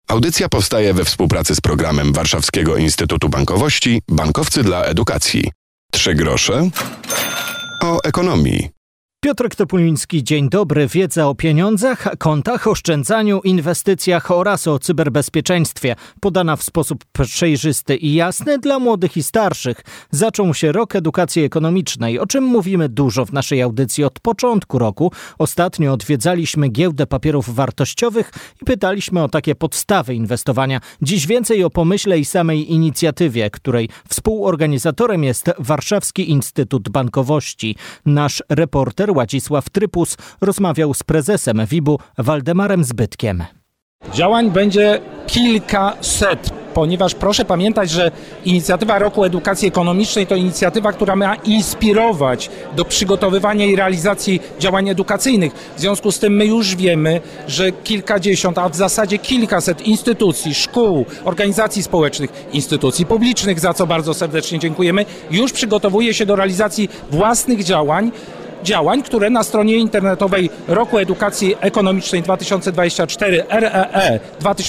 Audycja powstaje we współpracy z programem Warszawskiego Instytutu Bankowości Bankowcy dla Edukacji. 3 grosze o ekonomii. Piotr Topuliński, dzień dobry. Wiedza o pieniądzach, kontach, oszczędzaniu, inwestycjach oraz o cyberbezpieczeństwie. Podana w sposób przejrzysty i jasny dla młodych i starszych. Zaczął się rok edukacji ekonomicznej, o czym mówimy dużo w naszej audycji od początku roku. Ostatnio odwiedzaliśmy giełdę papierów wartościowych i pytaliśmy o takie podstawy inwestowania. Dziś więcej o pomyśle i samej inicjatywie, której współorganizatorem jest Warszawski Instytut Bankowości. Nasz reporter Łacisław Trypus rozmawiał z prezesem WIB-u Waldemarem Zbytkiem. Działań będzie kilkaset, ponieważ proszę pamiętać, że inicjatywa Roku Edukacji Ekonomicznej to inicjatywa, która ma inspirować do przygotowywania i realizacji działań edukacyjnych. W związku z tym my już wiemy, że kilkadziesiąt, a w zasadzie kilkaset instytucji, szkół, organizacji społecznych, instytucji publicznych, za co bardzo serdecznie dziękujemy, już przygotowuje się do realizacji własnych działań, które na stronie internetowej Roku Edukacji Ekonomicznej 2024 REE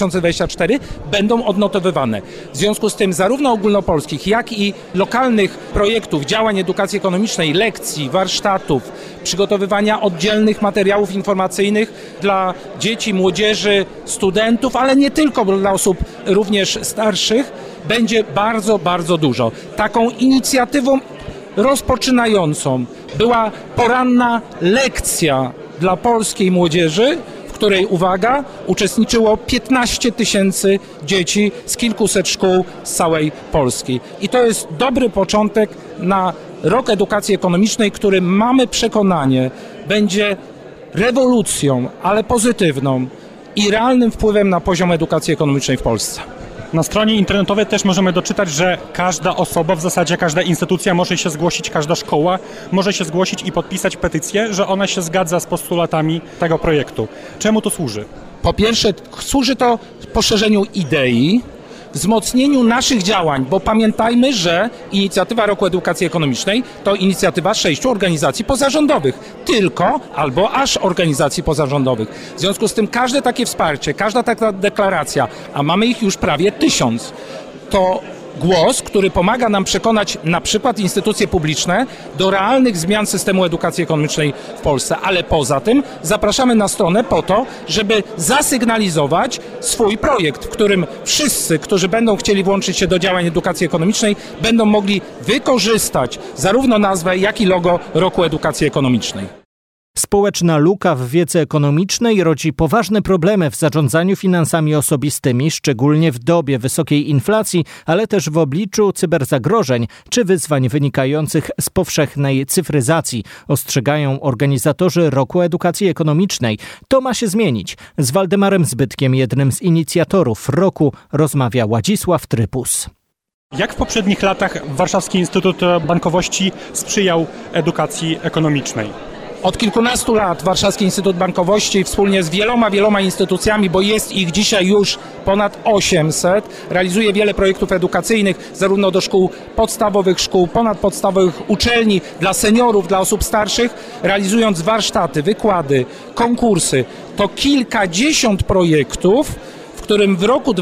2024 będą odnotowywane. W związku z tym zarówno ogólnopolskich, jak i lokalnych projektów, działań edukacji ekonomicznej, lekcji, warsztatów, przygotowywania oddzielnych materiałów informacyjnych dla dzieci, młodzieży, studentów, ale nie tylko, bo dla osób również starszych będzie bardzo, bardzo dużo. Taką inicjatywą rozpoczynającą była poranna lekcja dla polskiej młodzieży, w której, uwaga, uczestniczyło 15 000 dzieci z kilkuset szkół z całej Polski. I to jest dobry początek na Rok Edukacji Ekonomicznej, który, mamy przekonanie, będzie rewolucją, ale pozytywną i realnym wpływem na poziom edukacji ekonomicznej w Polsce. Na stronie internetowej też możemy doczytać, że każda osoba, w zasadzie każda instytucja może się zgłosić, każda szkoła może się zgłosić i podpisać petycję, że ona się zgadza z postulatami tego projektu. Czemu to służy? Po pierwsze, służy to poszerzeniu idei, wzmocnieniu naszych działań, bo pamiętajmy, że inicjatywa Roku Edukacji Ekonomicznej to inicjatywa 6 organizacji pozarządowych. Tylko albo aż organizacji pozarządowych. W związku z tym każde takie wsparcie, każda taka deklaracja, a mamy ich już prawie 1000, to głos, który pomaga nam przekonać na przykład instytucje publiczne do realnych zmian systemu edukacji ekonomicznej w Polsce. Ale poza tym zapraszamy na stronę po to, żeby zasygnalizować swój projekt, w którym wszyscy, którzy będą chcieli włączyć się do działań edukacji ekonomicznej, będą mogli wykorzystać zarówno nazwę, jak i logo Roku Edukacji Ekonomicznej. Społeczna luka w wiedzy ekonomicznej rodzi poważne problemy w zarządzaniu finansami osobistymi, szczególnie w dobie wysokiej inflacji, ale też w obliczu cyberzagrożeń czy wyzwań wynikających z powszechnej cyfryzacji, ostrzegają organizatorzy Roku Edukacji Ekonomicznej. To ma się zmienić. Z Waldemarem Zbytkiem, jednym z inicjatorów roku, rozmawia Łacisław Trypus. Jak w poprzednich latach Warszawski Instytut Bankowości sprzyjał edukacji ekonomicznej? Od kilkunastu lat Warszawski Instytut Bankowości wspólnie z wieloma instytucjami, bo jest ich dzisiaj już ponad 800, realizuje wiele projektów edukacyjnych, zarówno do szkół podstawowych, szkół ponadpodstawowych, uczelni, dla seniorów, dla osób starszych, realizując warsztaty, wykłady, konkursy. To kilkadziesiąt projektów, w którym w roku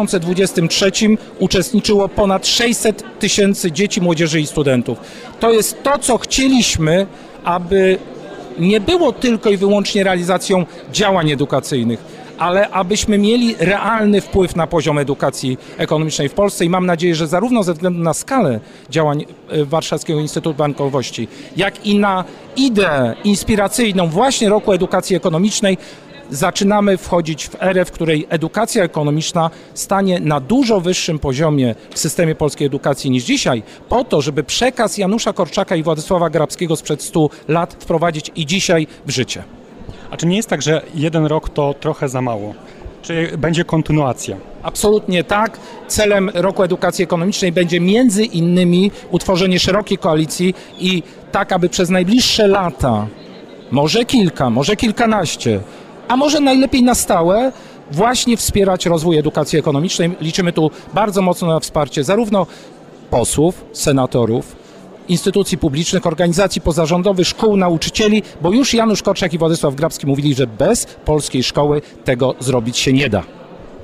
2023 uczestniczyło ponad 600 000 dzieci, młodzieży i studentów. To jest to, co chcieliśmy, aby nie było tylko i wyłącznie realizacją działań edukacyjnych, ale abyśmy mieli realny wpływ na poziom edukacji ekonomicznej w Polsce i mam nadzieję, że zarówno ze względu na skalę działań Warszawskiego Instytutu Bankowości, jak i na ideę inspiracyjną właśnie Roku Edukacji Ekonomicznej zaczynamy wchodzić w erę, w której edukacja ekonomiczna stanie na dużo wyższym poziomie w systemie polskiej edukacji niż dzisiaj, po to, żeby przekaz Janusza Korczaka i Władysława Grabskiego sprzed 100 lat wprowadzić i dzisiaj w życie. A czy nie jest tak, że 1 rok to trochę za mało? Czy będzie kontynuacja? Absolutnie tak. Celem Roku Edukacji Ekonomicznej będzie między innymi utworzenie szerokiej koalicji i tak, aby przez najbliższe lata, może kilka, może kilkanaście, a może najlepiej na stałe, właśnie wspierać rozwój edukacji ekonomicznej. Liczymy tu bardzo mocno na wsparcie zarówno posłów, senatorów, instytucji publicznych, organizacji pozarządowych, szkół, nauczycieli, bo już Janusz Korczak i Władysław Grabski mówili, że bez polskiej szkoły tego zrobić się nie da.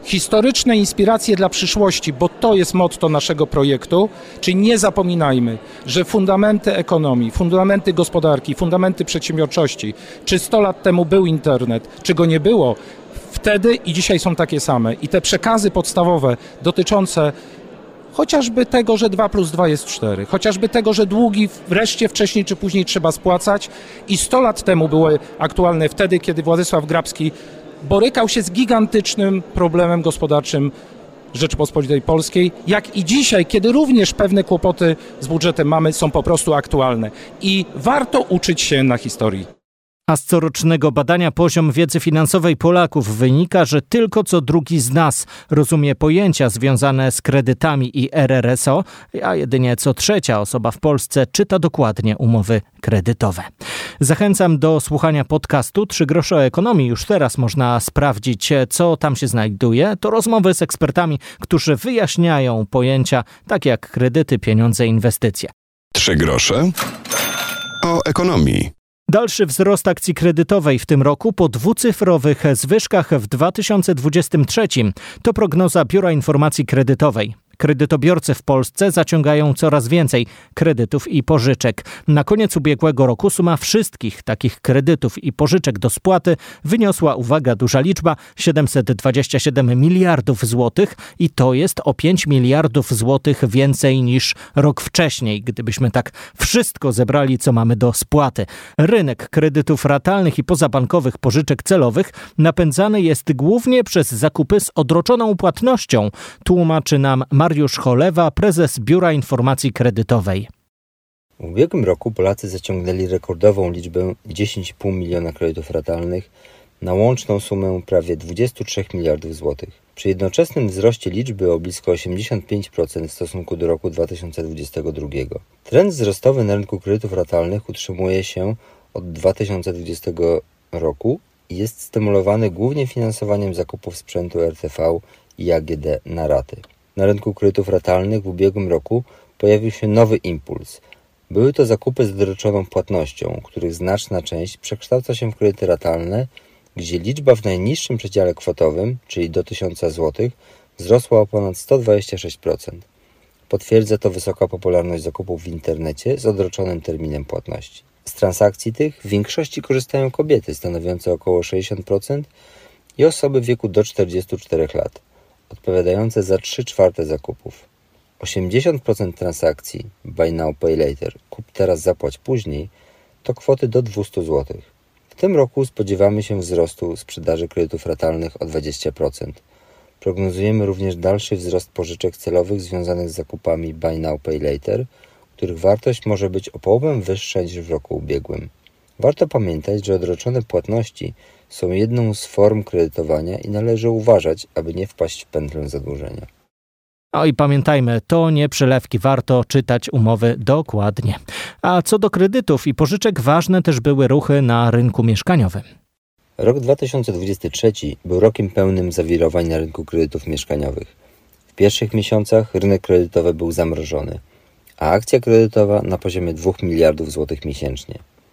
historyczne inspiracje dla przyszłości, bo to jest motto naszego projektu, czyli nie zapominajmy, że fundamenty ekonomii, fundamenty gospodarki, fundamenty przedsiębiorczości, czy 100 lat temu był internet, czy go nie było, wtedy i dzisiaj są takie same. I te przekazy podstawowe dotyczące chociażby tego, że 2 + 2 jest 4, chociażby tego, że długi wreszcie wcześniej czy później trzeba spłacać i 100 lat temu były aktualne wtedy, kiedy Władysław Grabski borykał się z gigantycznym problemem gospodarczym Rzeczypospolitej Polskiej, jak i dzisiaj, kiedy również pewne kłopoty z budżetem mamy, są po prostu aktualne. I warto uczyć się na historii. A z corocznego badania poziom wiedzy finansowej Polaków wynika, że tylko co drugi z nas rozumie pojęcia związane z kredytami i RRSO, a jedynie co trzecia osoba w Polsce czyta dokładnie umowy kredytowe. Zachęcam do słuchania podcastu 3 grosze o ekonomii. Już teraz można sprawdzić, co tam się znajduje. To rozmowy z ekspertami, którzy wyjaśniają pojęcia takie jak kredyty, pieniądze, inwestycje. 3 grosze o ekonomii. Dalszy wzrost akcji kredytowej w tym roku po dwucyfrowych zwyżkach w 2023. To prognoza Biura Informacji Kredytowej. Kredytobiorcy w Polsce zaciągają coraz więcej kredytów i pożyczek. Na koniec ubiegłego roku suma wszystkich takich kredytów i pożyczek do spłaty wyniosła, uwaga, duża liczba, 727 miliardów złotych i to jest o 5 miliardów złotych więcej niż rok wcześniej, gdybyśmy tak wszystko zebrali, co mamy do spłaty. Rynek kredytów ratalnych i pozabankowych pożyczek celowych napędzany jest głównie przez zakupy z odroczoną płatnością, tłumaczy nam Mariusz Cholewa, prezes Biura Informacji Kredytowej. W ubiegłym roku Polacy zaciągnęli rekordową liczbę 10,5 miliona kredytów ratalnych na łączną sumę prawie 23 miliardów złotych. Przy jednoczesnym wzroście liczby o blisko 85% w stosunku do roku 2022. Trend wzrostowy na rynku kredytów ratalnych utrzymuje się od 2020 roku i jest stymulowany głównie finansowaniem zakupów sprzętu RTV i AGD na raty. Na rynku kredytów ratalnych w ubiegłym roku pojawił się nowy impuls. Były to zakupy z odroczoną płatnością, których znaczna część przekształca się w kredyty ratalne, gdzie liczba w najniższym przedziale kwotowym, czyli do 1000 zł, wzrosła o ponad 126%. Potwierdza to wysoka popularność zakupów w internecie z odroczonym terminem płatności. Z transakcji tych w większości korzystają kobiety, stanowiące około 60%, i osoby w wieku do 44 lat, odpowiadające za 3/4 zakupów. 80% transakcji Buy Now, Pay Later, kup teraz, zapłać później, to kwoty do 200 zł. W tym roku spodziewamy się wzrostu sprzedaży kredytów ratalnych o 20%. Prognozujemy również dalszy wzrost pożyczek celowych związanych z zakupami Buy Now, Pay Later, których wartość może być o połowę wyższa niż w roku ubiegłym. Warto pamiętać, że odroczone płatności są jedną z form kredytowania i należy uważać, aby nie wpaść w pętlę zadłużenia. I pamiętajmy, to nie przelewki, warto czytać umowy dokładnie. A co do kredytów i pożyczek, ważne też były ruchy na rynku mieszkaniowym. Rok 2023 był rokiem pełnym zawirowań na rynku kredytów mieszkaniowych. W pierwszych miesiącach rynek kredytowy był zamrożony, a akcja kredytowa na poziomie 2 miliardów złotych miesięcznie.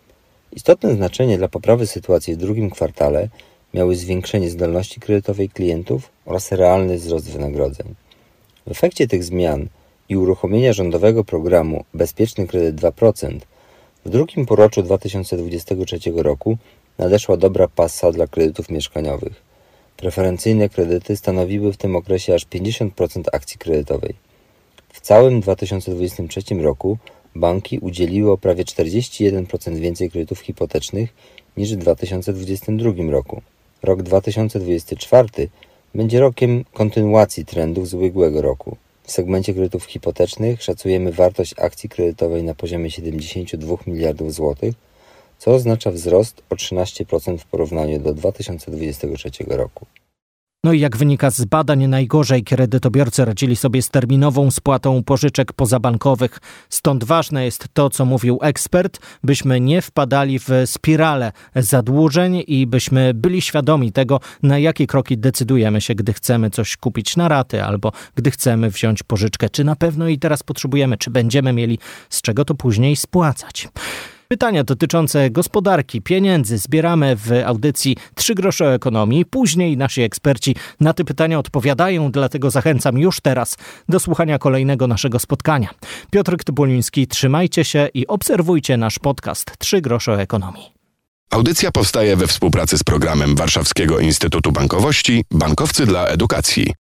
Istotne znaczenie dla poprawy sytuacji w drugim kwartale miały zwiększenie zdolności kredytowej klientów oraz realny wzrost wynagrodzeń. W efekcie tych zmian i uruchomienia rządowego programu Bezpieczny Kredyt 2% w drugim półroczu 2023 roku nadeszła dobra passa dla kredytów mieszkaniowych. Preferencyjne kredyty stanowiły w tym okresie aż 50% akcji kredytowej. W całym 2023 roku banki udzieliły o prawie 41% więcej kredytów hipotecznych niż w 2022 roku. Rok 2024 będzie rokiem kontynuacji trendów z ubiegłego roku. W segmencie kredytów hipotecznych szacujemy wartość akcji kredytowej na poziomie 72 miliardów złotych, co oznacza wzrost o 13% w porównaniu do 2023 roku. No i jak wynika z badań, najgorzej kredytobiorcy radzili sobie z terminową spłatą pożyczek pozabankowych. Stąd ważne jest to, co mówił ekspert, byśmy nie wpadali w spiralę zadłużeń i byśmy byli świadomi tego, na jakie kroki decydujemy się, gdy chcemy coś kupić na raty albo gdy chcemy wziąć pożyczkę. Czy na pewno jej teraz potrzebujemy, czy będziemy mieli z czego to później spłacać. Pytania dotyczące gospodarki, pieniędzy zbieramy w audycji 3 grosze o ekonomii. Później nasi eksperci na te pytania odpowiadają, dlatego zachęcam już teraz do słuchania kolejnego naszego spotkania. Piotr Topoliński, trzymajcie się i obserwujcie nasz podcast 3 grosze o ekonomii. Audycja powstaje we współpracy z programem Warszawskiego Instytutu Bankowości Bankowcy dla Edukacji.